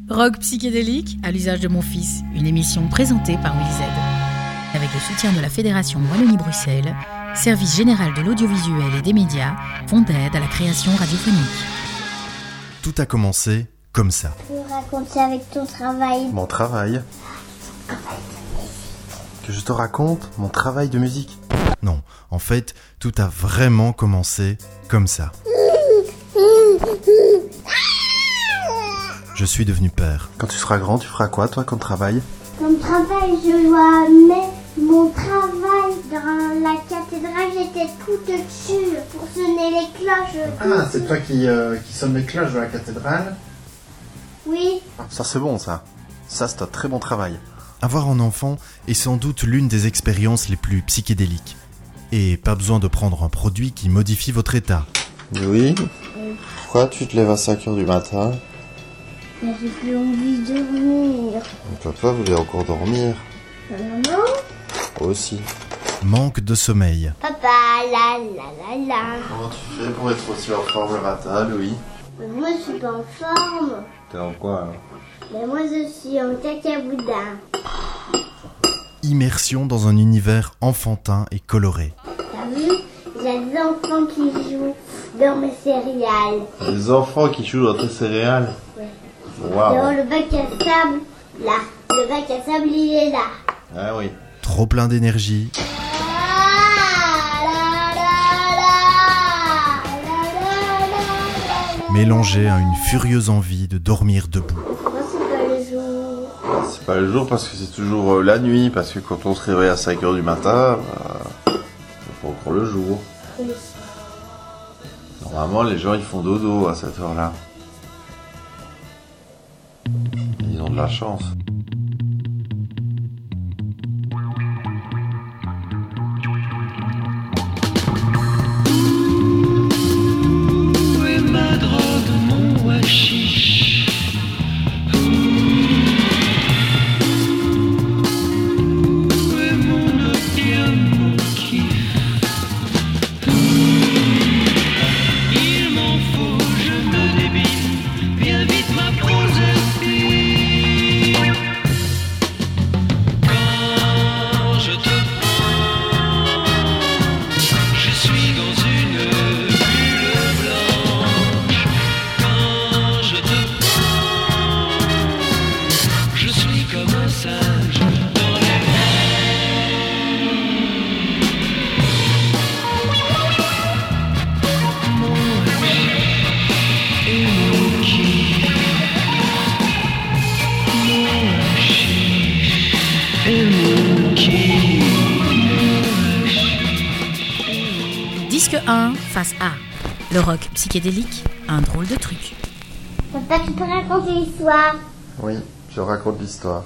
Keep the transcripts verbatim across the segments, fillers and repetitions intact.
Rock psychédélique à l'usage de mon fils, une émission présentée par Will Z. Avec le soutien de la Fédération Wallonie-Bruxelles, Service général de l'audiovisuel et des médias, Fonds d'aide à la création radiophonique. Tout a commencé comme ça. Tu me racontes avec ton travail. Mon travail Que je te raconte mon travail de musique. Non, en fait, tout a vraiment commencé comme ça. Je suis devenu père. Quand tu seras grand, tu feras quoi, toi, comme travail ? Comme travail, je dois mettre mon travail dans la cathédrale. J'étais tout dessus pour sonner les cloches. Ah, c'est toi qui, euh, qui sonne les cloches de la cathédrale ? Oui. Ça, c'est bon, ça. Ça, c'est un très bon travail. Avoir un enfant est sans doute l'une des expériences les plus psychédéliques. Et pas besoin de prendre un produit qui modifie votre état. Oui. Pourquoi tu te lèves à cinq heures du matin ? Mais j'ai plus envie de dormir. Papa voulait encore dormir. Maman ? Aussi. Manque de sommeil. Papa, la la la la. Comment tu fais pour être aussi en forme le matin, Louis ? Mais moi, je suis pas en forme. T'es en quoi, alors ? Mais moi, je suis en cacaboudin. Immersion dans un univers enfantin et coloré. T'as vu ? Il y a des enfants qui jouent dans mes céréales. Des enfants qui jouent dans tes céréales ? Ouais. Waouh. Dans le bac à sable, là. Le bac à sable, il est là. Ah oui. Trop plein d'énergie. Mélangé à une furieuse envie de dormir debout. Moi, c'est pas le jour. C'est pas le jour parce que c'est toujours euh, la nuit, parce que quand on se réveille à cinq heures du matin, bah, c'est pas encore le jour. Oui. Normalement, les gens ils font dodo à cette heure-là. Ils ont de la chance. Disque un, face A. Le rock psychédélique, un drôle de truc. Papa, tu peux raconter l'histoire ? Oui, je raconte l'histoire.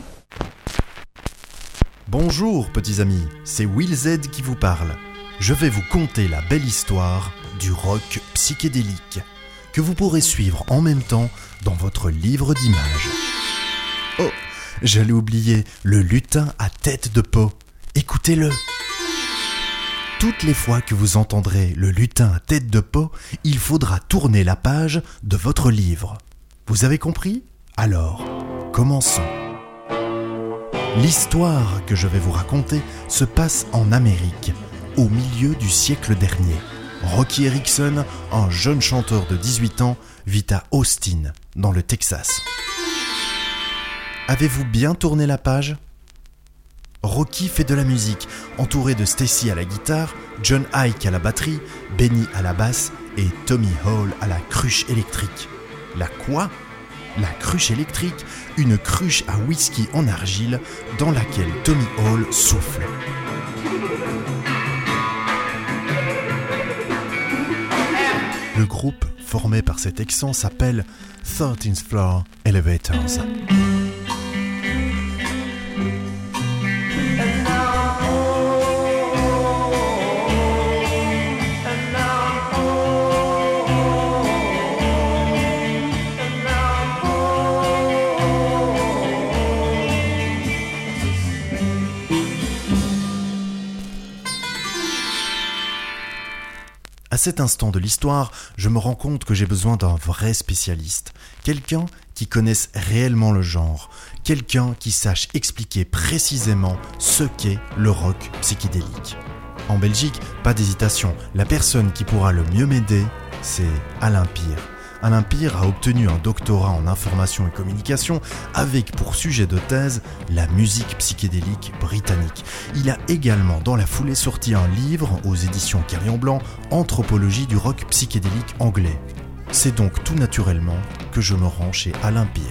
Bonjour petits amis, c'est Will Z qui vous parle. Je vais vous conter la belle histoire du rock psychédélique que vous pourrez suivre en même temps dans votre livre d'images. Oh, j'allais oublier le lutin à tête de peau. Écoutez-le. Toutes les fois que vous entendrez le lutin à tête de peau, il faudra tourner la page de votre livre. Vous avez compris ? Alors, commençons. L'histoire que je vais vous raconter se passe en Amérique, au milieu du siècle dernier. Rocky Erickson, un jeune chanteur de dix-huit ans, vit à Austin, dans le Texas. Avez-vous bien tourné la page ? Rocky fait de la musique, entouré de Stacy à la guitare, John Ike à la batterie, Benny à la basse et Tommy Hall à la cruche électrique. La quoi ? La cruche électrique, une cruche à whisky en argile dans laquelle Tommy Hall souffle. Le groupe formé par ces Texans s'appelle thirteenth Floor Elevators. À cet instant de l'histoire, je me rends compte que j'ai besoin d'un vrai spécialiste, quelqu'un qui connaisse réellement le genre, quelqu'un qui sache expliquer précisément ce qu'est le rock psychédélique. En Belgique, pas d'hésitation, la personne qui pourra le mieux m'aider, c'est Alain Pire. Alain Pire a obtenu un doctorat en information et communication avec pour sujet de thèse la musique psychédélique britannique. Il a également dans la foulée sorti un livre aux éditions Carillon Blanc, Anthropologie du rock psychédélique anglais. C'est donc tout naturellement que je me rends chez Alain Pire.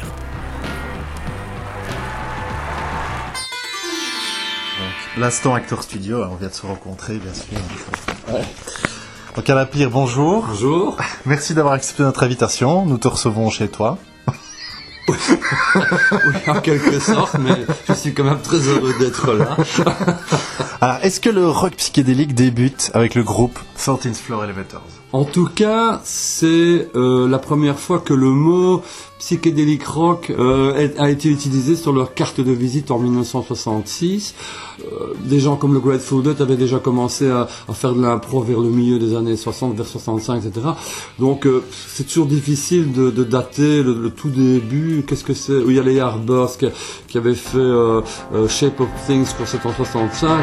Donc, l'instant Acteur Studio, on vient de se rencontrer bien sûr. Ouais. Donc Alain Pire, bonjour. Bonjour. Merci d'avoir accepté notre invitation. Nous te recevons chez toi. Oui, en quelque sorte, mais je suis quand même très heureux d'être là. Alors, est-ce que le rock psychédélique débute avec le groupe thirteenth Floor Elevators ? En tout cas, c'est euh, la première fois que le mot psychédélique rock euh, a été utilisé sur leur carte de visite en dix-neuf cent soixante-six. Euh, des gens comme le Grateful Dead avaient déjà commencé à, à faire de l'impro vers le milieu des années soixante, vers soixante-cinq, et cetera. Donc euh, c'est toujours difficile de, de dater le, le tout début. Qu'est-ce que c'est ? Oui, il y a les Yardbirds qui, qui avaient fait euh, euh, Shape of Things pour sept cent soixante-cinq.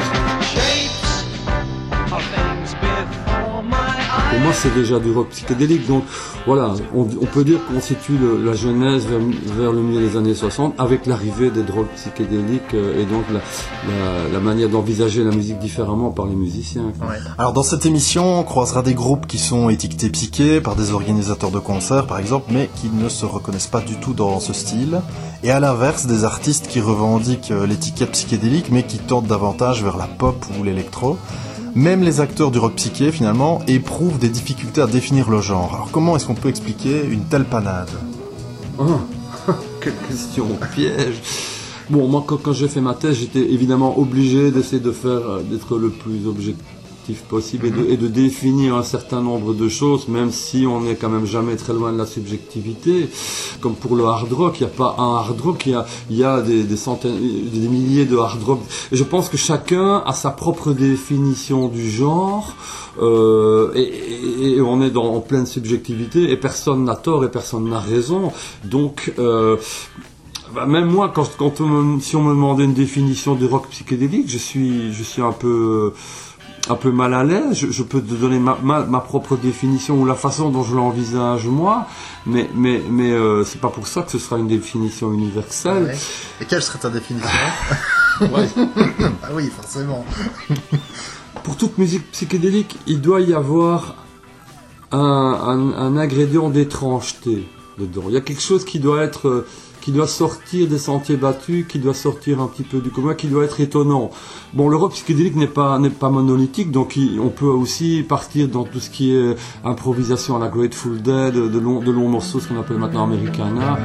Pour moi, c'est déjà du rock psychédélique. Donc, voilà, on, on peut dire qu'on situe le, la genèse vers, vers le milieu des années soixante avec l'arrivée des drogues psychédéliques euh, et donc la, la, la manière d'envisager la musique différemment par les musiciens. Ouais. Alors, dans cette émission, on croisera des groupes qui sont étiquetés psyché par des organisateurs de concerts, par exemple, mais qui ne se reconnaissent pas du tout dans ce style. Et à l'inverse, des artistes qui revendiquent l'étiquette psychédélique, mais qui tendent davantage vers la pop ou l'électro. Même les acteurs du rock psyché, finalement, éprouvent des difficultés à définir le genre. Alors comment est-ce qu'on peut expliquer une telle panade ? Oh, quelle question piège. Bon, moi, quand, quand j'ai fait ma thèse, j'étais évidemment obligé d'essayer de faire, d'être le plus objectif possible et de, et de définir un certain nombre de choses, même si on n'est quand même jamais très loin de la subjectivité. Comme pour le hard rock, il n'y a pas un hard rock, il y a, il y a des, des centaines, des milliers de hard rock. Et je pense que chacun a sa propre définition du genre, euh, et, et, et on est dans, en pleine subjectivité, et personne n'a tort et personne n'a raison. Donc, euh, bah même moi, quand, quand on me, si on me demandait une définition du rock psychédélique, je suis, je suis un peu... un peu mal à l'aise. Je, je peux te donner ma, ma, ma propre définition ou la façon dont je l'envisage moi, mais, mais, mais euh, c'est pas pour ça que ce sera une définition universelle. Ouais. Et quelle serait ta définition ? Ouais. Ah oui, forcément. Pour toute musique psychédélique, il doit y avoir un, un, un ingrédient d'étrangeté dedans. Il y a quelque chose qui doit être... Euh, qui doit sortir des sentiers battus, qui doit sortir un petit peu du commun, qui doit être étonnant. Bon, le rock psychédélique n'est pas, n'est pas monolithique, donc il, on peut aussi partir dans tout ce qui est improvisation à la Grateful Dead, de longs, de longs morceaux, ce qu'on appelle maintenant Americana.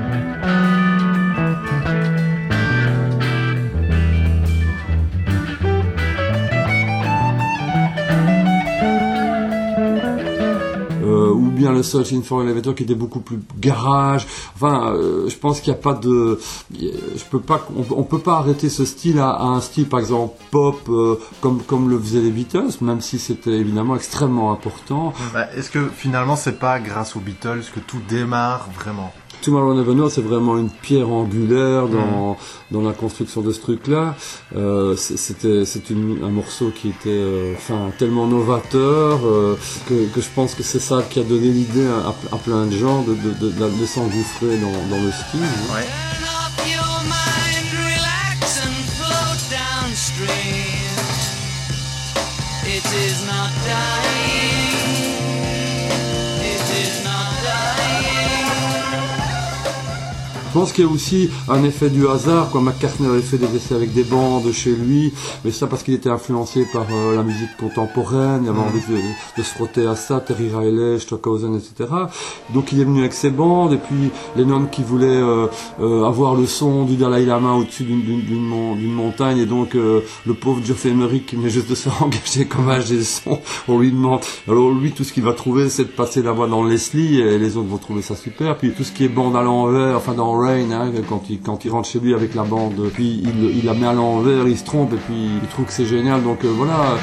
Ou bien le thirteenth Floor Elevator qui était beaucoup plus garage. Enfin, euh, je pense qu'il n'y a pas de, je peux pas, on, on peut pas arrêter ce style à, à un style par exemple pop euh, comme comme le faisaient les Beatles, même si c'était évidemment extrêmement important. Bah, est-ce que finalement c'est pas grâce aux Beatles que tout démarre vraiment ? Tomorrow Never Know, c'est vraiment une pierre angulaire dans, mmh. dans la construction de ce truc-là. Euh, c'était, c'est une, un morceau qui était, euh, enfin, tellement novateur euh, que, que je pense que c'est ça qui a donné l'idée à, à plein de gens de, de, de, de, de s'engouffrer dans, dans le style. Hein. Ouais. Je pense qu'il y a aussi un effet du hasard, quoi. McCartney avait fait des essais avec des bandes chez lui, mais ça parce qu'il était influencé par euh, la musique contemporaine, il avait envie de, de se frotter à ça, Terry Riley, Stockhausen, et cetera. Donc il est venu avec ses bandes, et puis Lennon qui voulait euh, euh, avoir le son du Dalai Lama au-dessus d'une, d'une, d'une, mon, d'une montagne, et donc euh, le pauvre Geoff Emerick qui venait juste de se engager comme ingé de son, on lui demande, alors lui tout ce qu'il va trouver c'est de passer la voix dans Leslie, et les autres vont trouver ça super, puis tout ce qui est bande à l'envers, enfin dans Rain, hein, quand il quand il rentre chez lui avec la bande, puis il il la met à l'envers, il se trompe et puis il trouve que c'est génial, donc euh, voilà.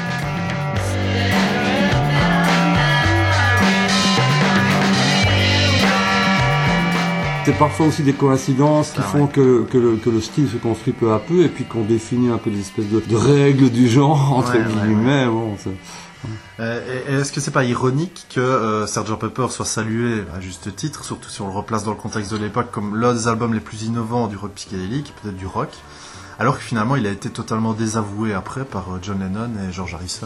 C'est parfois aussi des coïncidences qui ah, font ouais. que, que, le, que le style se construit peu à peu et puis qu'on définit un peu des espèces de, de règles du genre, entre ouais, guillemets. Ouais, ouais. Bon, c'est... Euh, et, et est-ce que c'est pas ironique que euh, sergent Pepper soit salué à juste titre, surtout si on le replace dans le contexte de l'époque, comme l'un des albums les plus innovants du rock psychédélique, peut-être du rock, alors que finalement il a été totalement désavoué après par euh, John Lennon et George Harrison.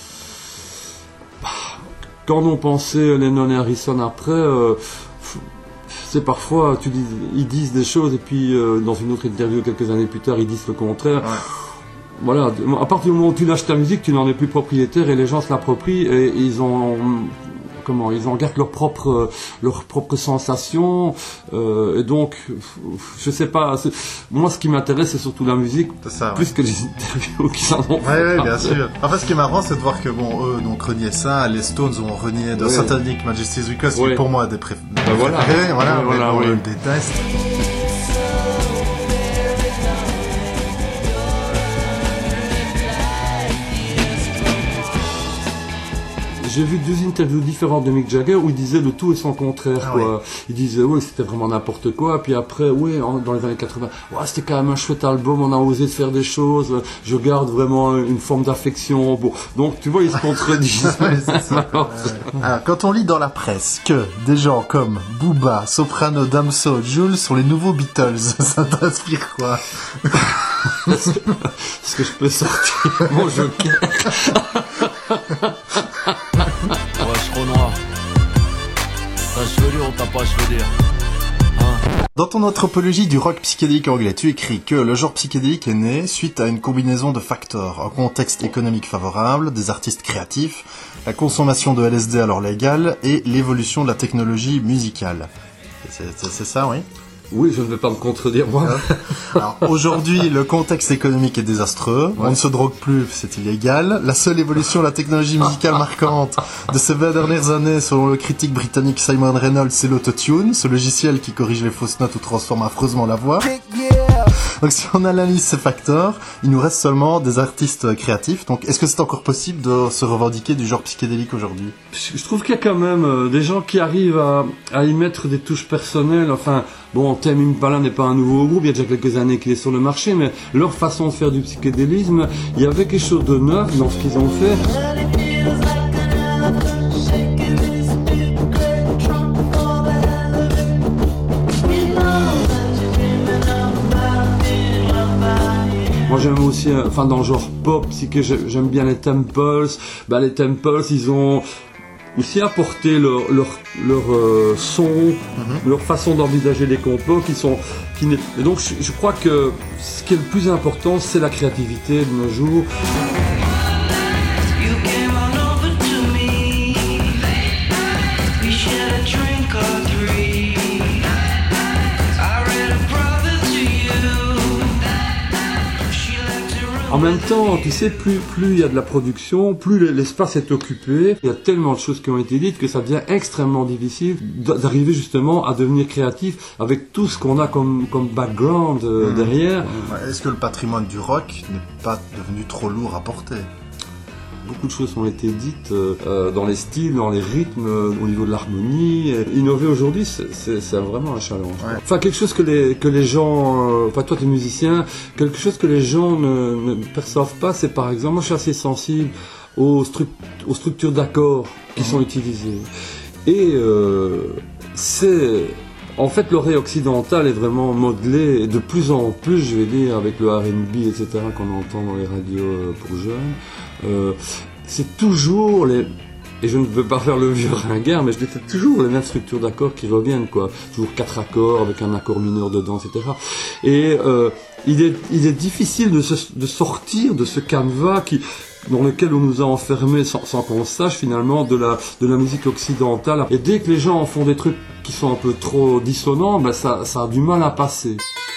Quand on pensait Lennon et Harrison après, euh, c'est parfois, tu dis, ils disent des choses et puis euh, dans une autre interview quelques années plus tard, ils disent le contraire. Ouais. Voilà, à partir du moment où tu lâches ta musique, tu n'en es plus propriétaire et les gens se l'approprient et ils ont, comment, ils en gardent leur propre, leur propre sensation. Euh, et donc, je sais pas. Moi, ce qui m'intéresse, c'est surtout la musique, c'est ça, plus ouais. que les interviews qui s'en ont. Ouais, ouais, bien sûr. En fait, ce qui est marrant, c'est de voir que bon, eux, donc reniaient ça, les Stones ont renié de ouais. Satanic Majesty's Request, qui ouais. pour moi des préf... ben voilà. préférés, voilà, ouais, mais voilà, bon, oui. on le déteste. J'ai vu deux interviews différentes de Mick Jagger où il disait le tout et son contraire. Ah quoi. ouais. Il disait oui, c'était vraiment n'importe quoi. Puis après, oui, en, dans les années quatre-vingts, ouais, c'était quand même un chouette album. On a osé faire des choses. Je garde vraiment une forme d'affection. Bon, donc tu vois, ils se contredisent. Ouais, c'est ça. Alors, quand on lit dans la presse que des gens comme Booba, Soprano, Damso, Jules sont les nouveaux Beatles, ça t'inspire quoi? Est-ce que, est-ce que je peux sortir mon joker? Ouais, je suis noir. T'as cheveux durs ou t'as pas cheveux durs? Hein? Dans ton anthropologie du rock psychédélique anglais, tu écris que le genre psychédélique est né suite à une combinaison de facteurs, un contexte économique favorable, des artistes créatifs, la consommation de L S D alors légale et l'évolution de la technologie musicale. C'est, c'est, c'est ça, oui? Oui, je ne vais pas me contredire, moi. Alors, aujourd'hui, le contexte économique est désastreux. Ouais. On ne se drogue plus, c'est illégal. La seule évolution de la technologie musicale marquante de ces vingt dernières années, selon le critique britannique Simon Reynolds, c'est l'autotune, ce logiciel qui corrige les fausses notes ou transforme affreusement la voix. Donc, si on analyse ces facteurs, il nous reste seulement des artistes créatifs. Donc, est-ce que c'est encore possible de se revendiquer du genre psychédélique aujourd'hui? Je trouve qu'il y a quand même euh, des gens qui arrivent à, à y mettre des touches personnelles. Enfin, bon, Tame Impala n'est pas un nouveau groupe, il y a déjà quelques années qu'il est sur le marché, mais leur façon de faire du psychédélisme, il y avait quelque chose de neuf dans ce qu'ils ont fait. Moi j'aime aussi, euh, enfin dans le genre pop, psyché, j'aime bien les Temples. Bah les Temples, ils ont aussi apporté leur leur leur euh, son, mm-hmm. leur façon d'envisager les compos qui sont qui n'est... Et donc je, je crois que ce qui est le plus important, c'est la créativité de nos jours. En même temps, tu sais, plus plus il y a de la production, plus l'espace est occupé. Il y a tellement de choses qui ont été dites que ça devient extrêmement difficile d'arriver justement à devenir créatif avec tout ce qu'on a comme comme background euh, mmh. derrière. Est-ce que le patrimoine du rock n'est pas devenu trop lourd à porter ? Beaucoup de choses ont été dites euh, dans les styles, dans les rythmes, euh, au niveau de l'harmonie. Innover aujourd'hui, c'est, c'est, c'est vraiment un challenge. Ouais. Enfin, quelque chose que les, que les gens... Euh, enfin, toi, tu es musicien. Quelque chose que les gens ne, ne perçoivent pas, c'est par exemple... Moi, je suis assez sensible aux, stru- aux structures d'accords qui mmh. sont utilisées. Et euh, c'est... En fait, l'oreille occidentale est vraiment modelée, et de plus en plus, je vais dire, avec le R and B, et cetera, qu'on entend dans les radios pour jeunes. Euh, c'est toujours les... Et je ne veux pas faire le vieux ringard, mais je dis c'est toujours les mêmes structures d'accords qui reviennent, quoi. Toujours quatre accords avec un accord mineur dedans, et cetera. Et euh, il est, il est difficile de, se, de sortir de ce canevas qui... dans lequel on nous a enfermés sans, sans qu'on sache finalement de la, de la musique occidentale. Et dès que les gens en font des trucs qui sont un peu trop dissonants, ben ça, ça a du mal à passer.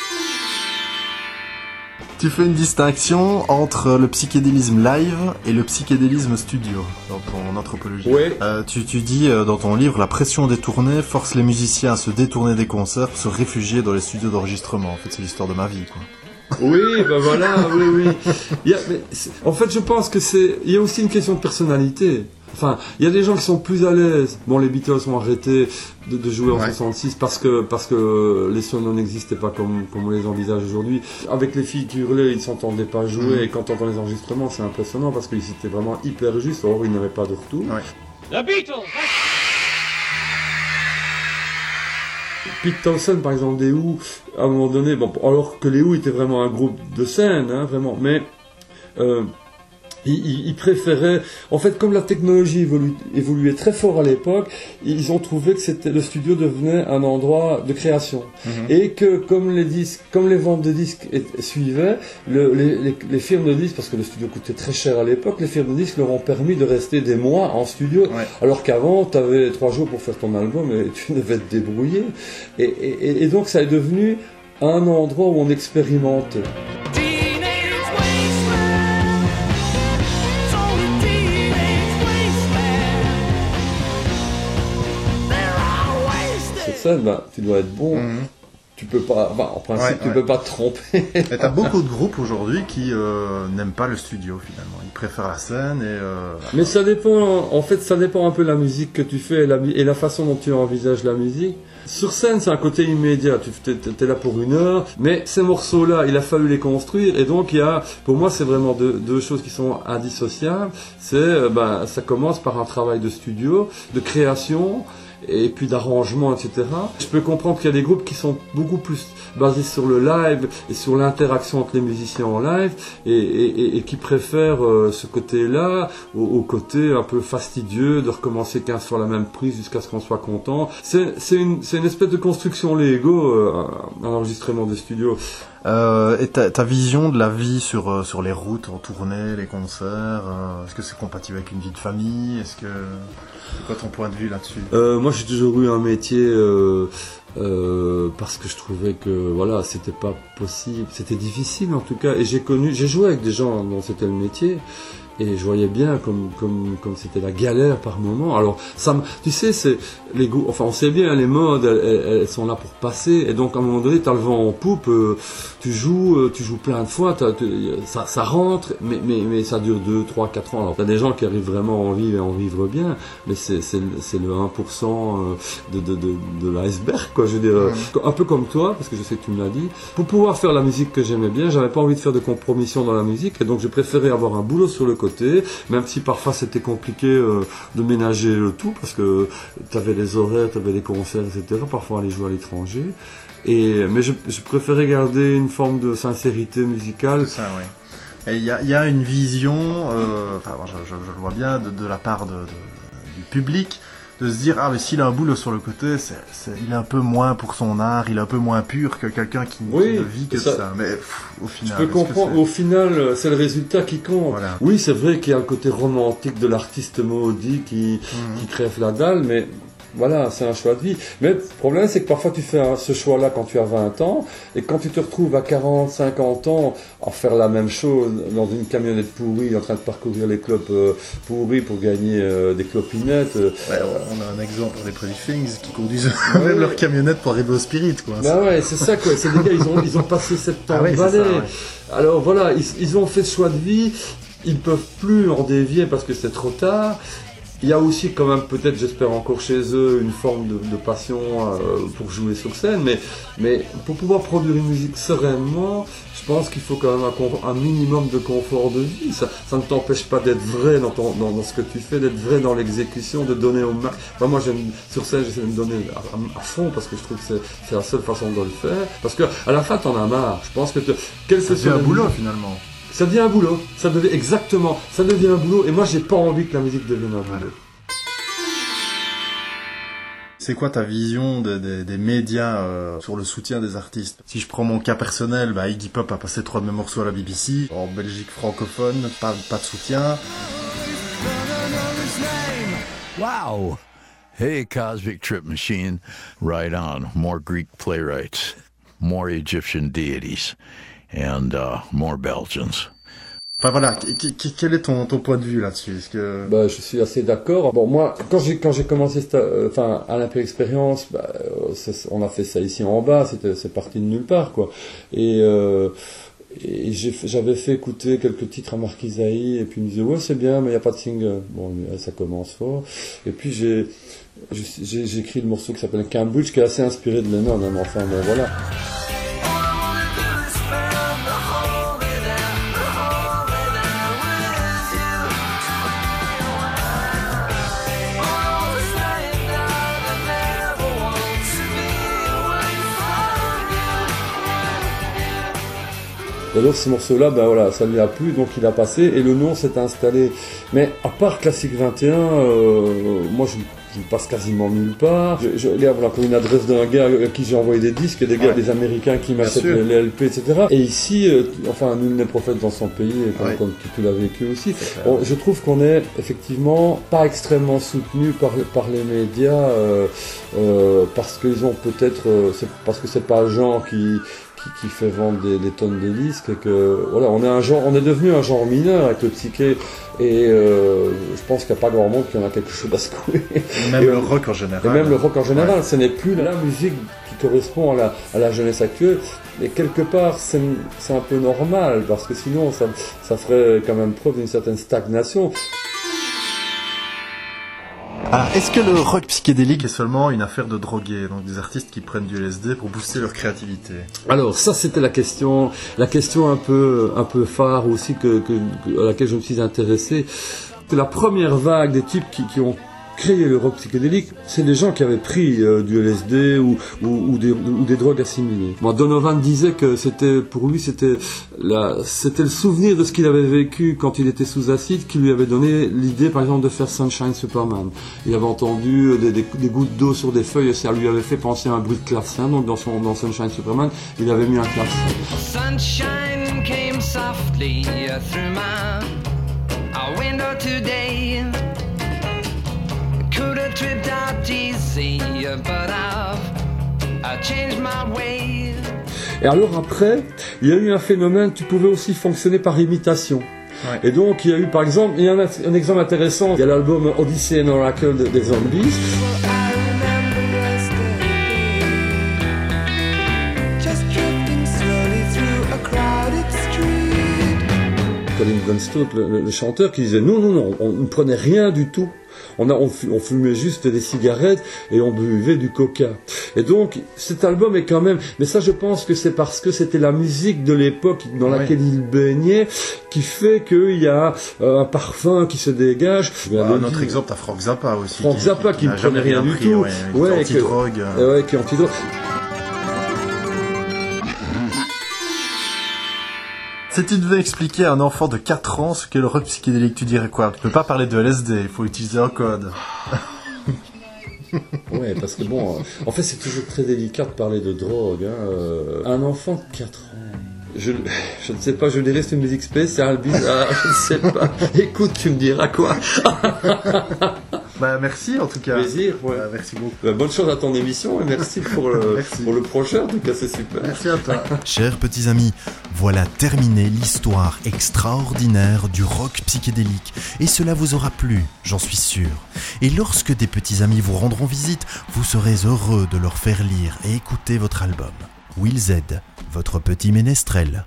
Tu fais une distinction entre le psychédélisme live et le psychédélisme studio dans ton anthropologie. Oui. Euh, tu, tu dis euh, dans ton livre, la pression des tournées force les musiciens à se détourner des concerts pour se réfugier dans les studios d'enregistrement. En fait, c'est l'histoire de ma vie, quoi. Oui, ben voilà, oui, oui. Il y a, mais en fait, je pense que c'est, il y a aussi une question de personnalité. Enfin, il y a des gens qui sont plus à l'aise. Bon, les Beatles ont arrêté de, de jouer en Ouais. soixante-six parce que parce que les sonos n'existaient pas comme comme on les envisage aujourd'hui. Avec les filles qui hurlaient, ils s'entendaient pas jouer. Mhm. Et quand on entend les enregistrements, c'est impressionnant parce qu'ils étaient vraiment hyper justes. Or, ils n'avaient pas de retour. Ouais. The Beatles! Pete Townshend, par exemple, des Who, à un moment donné, bon, alors que les Who étaient vraiment un groupe de scène, hein, vraiment, mais euh, ils, ils, ils préféraient, en fait, comme la technologie évolu, évoluait très fort à l'époque, ils ont trouvé que c'était le studio devenait un endroit de création, Mhm. et que comme les disques, comme les ventes de disques et- suivaient, le, les, les, les firmes de disques, parce que le studio coûtait très cher à l'époque, les firmes de disques leur ont permis de rester des mois en studio. Ouais. Alors qu'avant, tu avais trois jours pour faire ton album et tu devais te débrouiller. Et, et, et donc, ça est devenu un endroit où on expérimentait. Teenage wasteland. It's only teenage wasteland. They're all wasted. Sur scène, ben, tu dois être bon. Mhm. Tu peux pas, enfin, en principe, Ouais, tu ouais. peux pas te tromper. Mais t'as beaucoup de groupes aujourd'hui qui euh, n'aiment pas le studio finalement. Ils préfèrent la scène et. Euh... Mais ça dépend, en fait, ça dépend un peu de la musique que tu fais et la, et la façon dont tu envisages la musique. Sur scène, c'est un côté immédiat. Tu t'es, t'es là pour une heure, mais ces morceaux-là, il a fallu les construire, et donc il y a, pour moi, c'est vraiment deux, deux choses qui sont indissociables. C'est, euh, ben, ça commence par un travail de studio, de création, et puis d'arrangement, et cetera. Je peux comprendre qu'il y a des groupes qui sont beaucoup plus basés sur le live et sur l'interaction entre les musiciens en live, et, et, et, et qui préfèrent euh, ce côté-là au, au côté un peu fastidieux de recommencer quinze fois la même prise jusqu'à ce qu'on soit content. C'est, c'est, une, c'est une espèce de construction Lego, euh, un enregistrement de studio. Euh, et ta, ta vision de la vie sur euh, sur les routes, en tournée, les concerts, euh, est-ce que c'est compatible avec une vie de famille? Est-ce que c'est quoi ton point de vue là-dessus? Euh, moi, j'ai toujours eu un métier euh, euh, parce que je trouvais que voilà, c'était pas possible, c'était difficile en tout cas. Et j'ai connu, j'ai joué avec des gens dont c'était le métier. Et je voyais bien comme comme comme c'était la galère par moment. Alors ça, me, tu sais, c'est les goûts. Enfin, on sait bien les modes, elles, elles, elles sont là pour passer. Et donc à un moment donné, t'as le vent en poupe. Euh, tu joues, euh, tu joues plein de fois. T'as, t'as, ça ça rentre, mais mais mais ça dure deux, trois, quatre ans. Alors t'as des gens qui arrivent vraiment à en vivre et à en vivre bien, mais c'est c'est c'est le un pour cent de de de de l'iceberg, quoi. Je veux dire, un peu comme toi, parce que je sais que tu me l'as dit. Pour pouvoir faire la musique que j'aimais bien, j'avais pas envie de faire de compromission dans la musique, et donc j'ai préféré avoir un boulot sur le côté, même si parfois c'était compliqué euh, de ménager le tout, parce que tu avais les horaires, tu avais les concerts, et cetera. Parfois aller jouer à l'étranger. Et, mais je, je préférais garder une forme de sincérité musicale. C'est ça, oui. Et il y a, y a une vision, euh, enfin, moi, je, je, je le vois bien, de, de la part de, de, du public, de se dire, ah mais s'il a un boulot sur le côté, c'est, c'est, il est un peu moins pour son art, il est un peu moins pur que quelqu'un qui, Oui, qui ne vit que ça- ça. Mais pff, au Je final, peux est-ce que comprendre, c'est- au final, c'est le résultat qui compte. Voilà. Oui, c'est vrai qu'il y a le côté romantique de l'artiste maudit qui, Mhm. qui crève la dalle, mais voilà, c'est un choix de vie. Mais le problème, c'est que parfois tu fais un- ce choix-là quand tu as vingt ans, et quand tu te retrouves à quarante, cinquante ans à faire la même chose dans une camionnette pourrie, en train de parcourir les clopes euh, pourries pour gagner euh, des clopinettes. euh, Ouais, on a un exemple pour les Pretty Things qui conduisent Ouais. même leur camionnette pour arriver au Spirit, quoi. Bah ouais, c'est ça quoi. C'est des gars, ils ont, ils ont passé sept ans Ah ouais, de c'est ça, balai. ouais. Alors voilà, ils, ils ont fait ce choix de vie. Ils ne peuvent plus en dévier parce que c'est trop tard. Il y a aussi quand même peut-être, j'espère encore chez eux, une forme de, de passion euh, pour jouer sur scène. Mais, mais pour pouvoir produire une musique sereinement, je pense qu'il faut quand même un, con- un minimum de confort de vie. Ça, ça ne t'empêche pas d'être vrai dans, ton, dans, dans ce que tu fais, d'être vrai dans l'exécution, de donner au max. Enfin, moi, j'aime, sur scène, j'essaie de me donner à, à- à fond parce que je trouve que c'est, c'est la seule façon de le faire. Parce que à la fin, t'en as marre. Je pense que te, quel que C'est soit un la boulot musique- finalement. ça devient un boulot. Ça devient exactement. Ça devient un boulot. Et moi, j'ai pas envie que la musique devienne un boulot. C'est quoi ta vision de- de- des médias euh, sur le soutien des artistes? Si je prends mon cas personnel, bah, Iggy Pop a passé trois de mes morceaux à la B B C. En Belgique francophone, pas, pas de soutien. Wow. Hey, Cosmic Trip Machine. Right on. More Greek playwrights, more Egyptian deities, and uh, more Belgians. Enfin voilà, qu- qu- quel est ton, ton point de vue là-dessus? Est-ce que... Bah, je suis assez d'accord. Bon, moi, quand j'ai quand j'ai commencé, cette, euh, enfin, à l'Impérial Experience, bah, euh, c'est- on a fait ça ici en bas. C'était c'est parti de nulle part, quoi. Et euh, et j'ai, j'avais fait écouter quelques titres à Mark Isaïe, et puis il me disait ouais c'est bien mais il n'y a pas de single. Bon ça commence fort. Et puis j'ai, j'ai, j'ai écrit le morceau qui s'appelle Cambridge, qui est assez inspiré de Lennon, hein, enfin bon voilà. Et alors ce morceau-là, ben voilà, ça lui a plu, donc il a passé, et le nom s'est installé. Mais à part Classique vingt et un, euh, moi je, je passe quasiment nulle part. Je, je, là, voilà, comme une adresse d'un gars à qui j'ai envoyé des disques, des gars, ouais. des Américains qui m'achètent les, les L P, et cetera. Et ici, euh, enfin, nul n'est prophète dans son pays, et comme, ouais. comme tu, tu l'as vécu aussi. Bon, je trouve qu'on est effectivement pas extrêmement soutenu par, par les médias, euh, euh, parce qu'ils ont peut-être, euh, c'est parce que c'est pas le genre qui qui fait vendre des, des tonnes de disques, et que voilà, on est un genre, on est devenu un genre mineur avec le psyché, et euh, je pense qu'il n'y a pas grand monde qui en a quelque chose à secouer. Et même et, le rock en général. Et même le rock en général, ouais. Ce n'est plus la musique qui correspond à la, à la jeunesse actuelle, et quelque part c'est, c'est un peu normal, parce que sinon ça, ça ferait quand même preuve d'une certaine stagnation. Alors, est-ce que le rock psychédélique est seulement une affaire de drogués, donc des artistes qui prennent du L S D pour booster leur créativité? Alors ça c'était la question, la question un peu, un peu phare aussi que, que, à laquelle je me suis intéressé. La première vague des types qui, qui ont créé le rock psychédélique, c'est des gens qui avaient pris euh, du L S D ou, ou, ou, des, ou des drogues assimilées. Bon, Donovan disait que c'était, pour lui, c'était, la, c'était le souvenir de ce qu'il avait vécu quand il était sous acide qui lui avait donné l'idée, par exemple, de faire Sunshine Superman. Il avait entendu des, des, des gouttes d'eau sur des feuilles, et ça lui avait fait penser à un bruit de clavecin. Donc dans, son, dans Sunshine Superman, il avait mis un clavecin. Sunshine came softly through my window today. Could have tripped out easy, but I've, I've changed my way. Et alors après, il y a eu un phénomène, tu pouvais aussi fonctionner par imitation. Ouais. Et donc il y a eu par exemple, il y a un, un exemple intéressant, il y a l'album Odyssey and Oracle des Zombies. Colin Gunstone, le, le chanteur, qui disait non, non, non, on ne prenait rien du tout. On, a, on, on fumait juste des cigarettes et on buvait du coca. Et donc, cet album est quand même... Mais ça, je pense que c'est parce que c'était la musique de l'époque dans laquelle oui. il baignait qui fait qu'il y a euh, un parfum qui se dégage. Bah, un autre exemple, t'as Frank Zappa aussi. Frank qui, Zappa qui, qui, qui ne prenait rien du pris, tout. Ouais, ouais, qui est anti-drogue. Euh... Ouais, qui est anti-drogue. Si tu devais expliquer à un enfant de quatre ans ce qu'est le rock psychédélique, tu dirais quoi? Tu peux pas parler de L S D, il faut utiliser un code. Ouais, parce que bon, en fait c'est toujours très délicat de parler de drogue. Hein. Un enfant de quatre ans, je, je ne sais pas, je dirais c'est une musique spéciale, bizarre, je ne sais pas. Écoute, tu me diras quoi. Bah merci en tout cas. Plaisir, ouais. Bah, merci beaucoup. Bah, bonne chance à ton émission et merci pour le, merci. Pour le prochain, en tout cas c'est super. Merci à toi. Chers petits amis, voilà terminée l'histoire extraordinaire du rock psychédélique. Et cela vous aura plu, j'en suis sûr. Et lorsque des petits amis vous rendront visite, vous serez heureux de leur faire lire et écouter votre album. Will Z, votre petit ménestrel.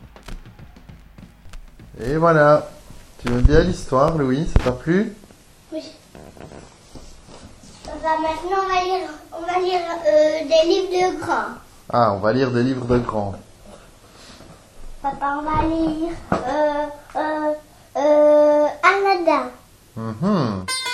Et voilà. Tu aimes bien l'histoire, Louis? Ça t'a plu? Oui. Bah, maintenant, on va lire, on va lire euh, des livres de grands. Ah, on va lire des livres de grands. Papa, on va lire euh, euh, euh, Aladdin. Mm-hmm.